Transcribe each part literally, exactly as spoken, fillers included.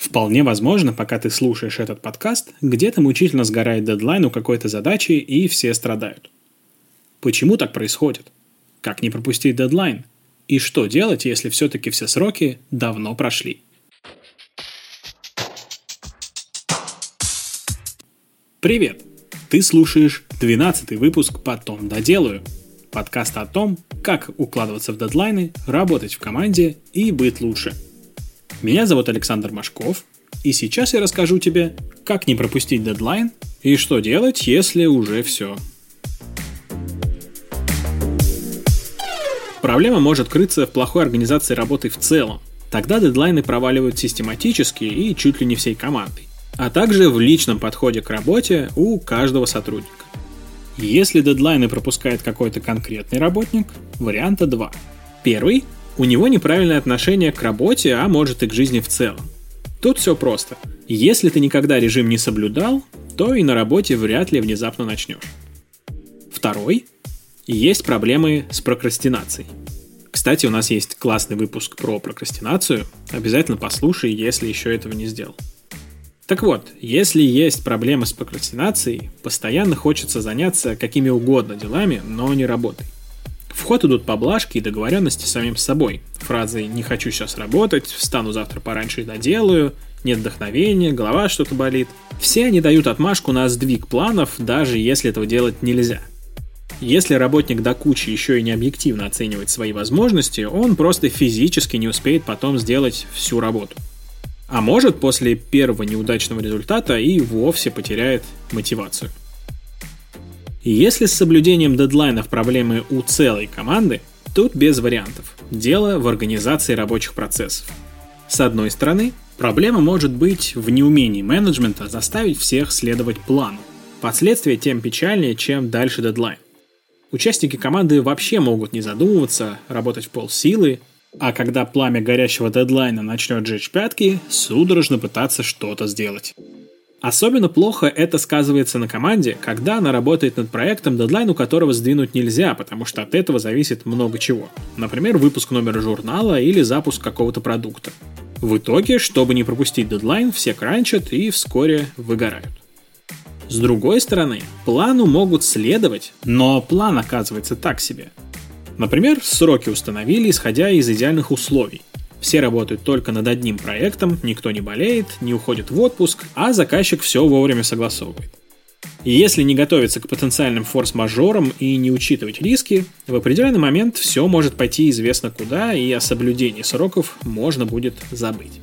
Вполне возможно, пока ты слушаешь этот подкаст, где-то мучительно сгорает дедлайн у какой-то задачи, и все страдают. Почему так происходит? Как не пропустить дедлайн? И что делать, если все-таки все сроки давно прошли? Привет! Ты слушаешь двенадцатый выпуск «Потом доделаю». Подкаст о том, как укладываться в дедлайны, работать в команде и быть лучше. Меня зовут Александр Машков, и сейчас я расскажу тебе, как не пропустить дедлайн и что делать, если уже все. Проблема может крыться в плохой организации работы в целом. Тогда дедлайны проваливают систематически и чуть ли не всей командой, а также в личном подходе к работе у каждого сотрудника. Если дедлайны пропускает какой-то конкретный работник, варианта два. Первый – у него неправильное отношение к работе, а может и к жизни в целом. Тут все просто. Если ты никогда режим не соблюдал, то и на работе вряд ли внезапно начнешь. Второй – есть проблемы с прокрастинацией. Кстати, у нас есть классный выпуск про прокрастинацию. Обязательно послушай, если еще этого не сделал. Так вот, если есть проблемы с прокрастинацией, постоянно хочется заняться какими угодно делами, но не работой. В ход идут поблажки и договоренности с самим собой. Фразы «не хочу сейчас работать», «встану завтра пораньше и доделаю», «нет вдохновения», «голова что-то болит». Все они дают отмашку на сдвиг планов, даже если этого делать нельзя. Если работник до кучи еще и не объективно оценивает свои возможности, он просто физически не успеет потом сделать всю работу. А может, после первого неудачного результата и вовсе потеряет мотивацию. Если с соблюдением дедлайнов проблемы у целой команды, тут без вариантов. Дело в организации рабочих процессов. С одной стороны, проблема может быть в неумении менеджмента заставить всех следовать плану. Последствия тем печальнее, чем дальше дедлайн. Участники команды вообще могут не задумываться, работать в полсилы, а когда пламя горящего дедлайна начнет жечь пятки, судорожно пытаться что-то сделать. Особенно плохо это сказывается на команде, когда она работает над проектом, дедлайн у которого сдвинуть нельзя, потому что от этого зависит много чего. Например, выпуск номера журнала или запуск какого-то продукта. В итоге, чтобы не пропустить дедлайн, все кранчат и вскоре выгорают. С другой стороны, плану могут следовать, но план оказывается так себе. Например, сроки установили, исходя из идеальных условий. Все работают только над одним проектом, никто не болеет, не уходит в отпуск, а заказчик все вовремя согласовывает. И если не готовиться к потенциальным форс-мажорам и не учитывать риски, в определенный момент все может пойти известно куда, и о соблюдении сроков можно будет забыть.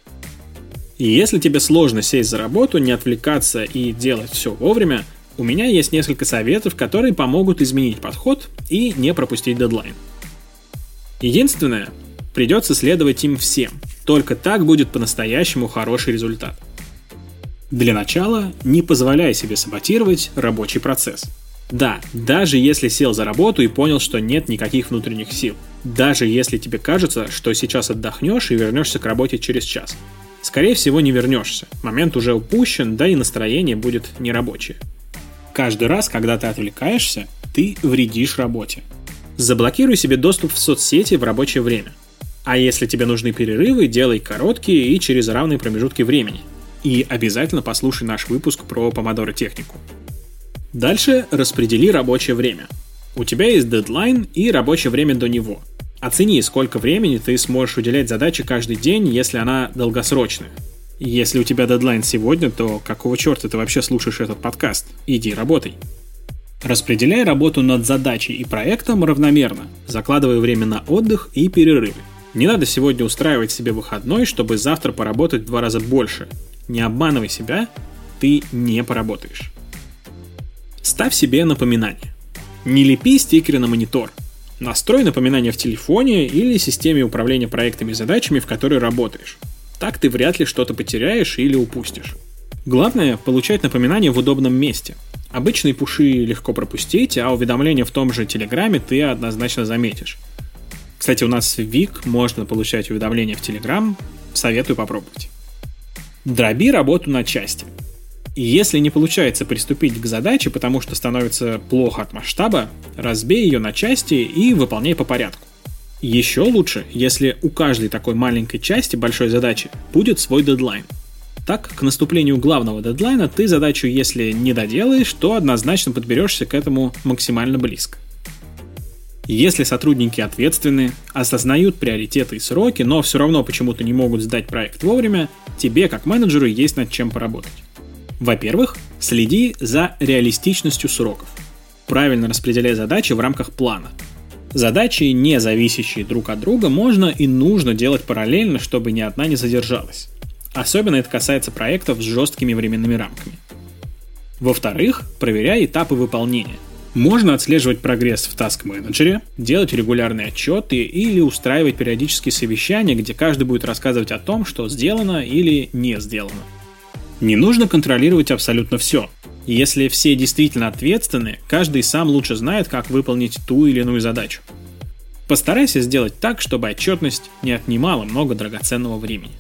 И если тебе сложно сесть за работу, не отвлекаться и делать все вовремя, у меня есть несколько советов, которые помогут изменить подход и не пропустить дедлайн. Единственное, придется следовать им всем. Только так будет по-настоящему хороший результат. Для начала не позволяй себе саботировать рабочий процесс. Да, даже если сел за работу и понял, что нет никаких внутренних сил. Даже если тебе кажется, что сейчас отдохнешь и вернешься к работе через час. Скорее всего, не вернешься. Момент уже упущен, да и настроение будет нерабочее. Каждый раз, когда ты отвлекаешься, ты вредишь работе. Заблокируй себе доступ в соцсети в рабочее время. А если тебе нужны перерывы, делай короткие и через равные промежутки времени. И обязательно послушай наш выпуск про помодоро-технику. Дальше распредели рабочее время. У тебя есть дедлайн и рабочее время до него. Оцени, сколько времени ты сможешь уделять задаче каждый день, если она долгосрочная. Если у тебя дедлайн сегодня, то какого черта ты вообще слушаешь этот подкаст? Иди работай. Распределяй работу над задачей и проектом равномерно, закладывая время на отдых и перерывы. Не надо сегодня устраивать себе выходной, чтобы завтра поработать в два раза больше. Не обманывай себя, ты не поработаешь. Ставь себе напоминания. Не лепи стикеры на монитор. Настрой напоминания в телефоне или системе управления проектами и задачами, в которой работаешь. Так ты вряд ли что-то потеряешь или упустишь. Главное – получать напоминания в удобном месте. Обычные пуши легко пропустить, а уведомления в том же Телеграме ты однозначно заметишь. Кстати, у нас в Вик можно получать уведомления в Telegram, советую попробовать. Дроби работу на части. И если не получается приступить к задаче, потому что становится плохо от масштаба, разбей ее на части и выполняй по порядку. Еще лучше, если у каждой такой маленькой части большой задачи будет свой дедлайн. Так, к наступлению главного дедлайна ты задачу, если не доделаешь, то однозначно подберешься к этому максимально близко. Если сотрудники ответственны, осознают приоритеты и сроки, но все равно почему-то не могут сдать проект вовремя, тебе, как менеджеру, есть над чем поработать. Во-первых, следи за реалистичностью сроков. Правильно распределяй задачи в рамках плана. Задачи, не зависящие друг от друга, можно и нужно делать параллельно, чтобы ни одна не задержалась. Особенно это касается проектов с жесткими временными рамками. Во-вторых, проверяй этапы выполнения. Можно отслеживать прогресс в таск-менеджере, делать регулярные отчеты или устраивать периодические совещания, где каждый будет рассказывать о том, что сделано или не сделано. Не нужно контролировать абсолютно все. Если все действительно ответственны, каждый сам лучше знает, как выполнить ту или иную задачу. Постарайся сделать так, чтобы отчетность не отнимала много драгоценного времени.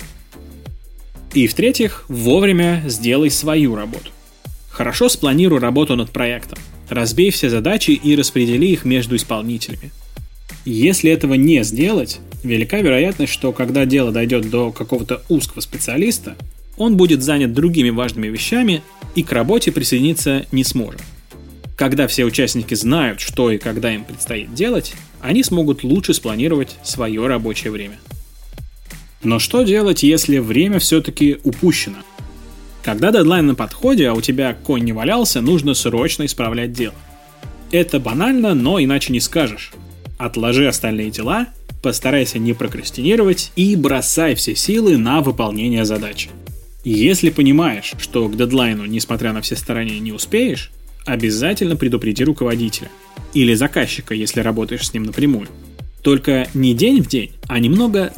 И в-третьих, вовремя сделай свою работу. Хорошо спланируй работу над проектом. Разбей все задачи и распредели их между исполнителями. Если этого не сделать, велика вероятность, что когда дело дойдет до какого-то узкого специалиста, он будет занят другими важными вещами и к работе присоединиться не сможет. Когда все участники знают, что и когда им предстоит делать, они смогут лучше спланировать свое рабочее время. Но что делать, если время все-таки упущено? Когда дедлайн на подходе, а у тебя конь не валялся, нужно срочно исправлять дело. Это банально, но иначе не скажешь. Отложи остальные дела, постарайся не прокрастинировать и бросай все силы на выполнение задачи. Если понимаешь, что к дедлайну, несмотря на все старания, не успеешь, обязательно предупреди руководителя или заказчика, если работаешь с ним напрямую. Только не день в день, а немного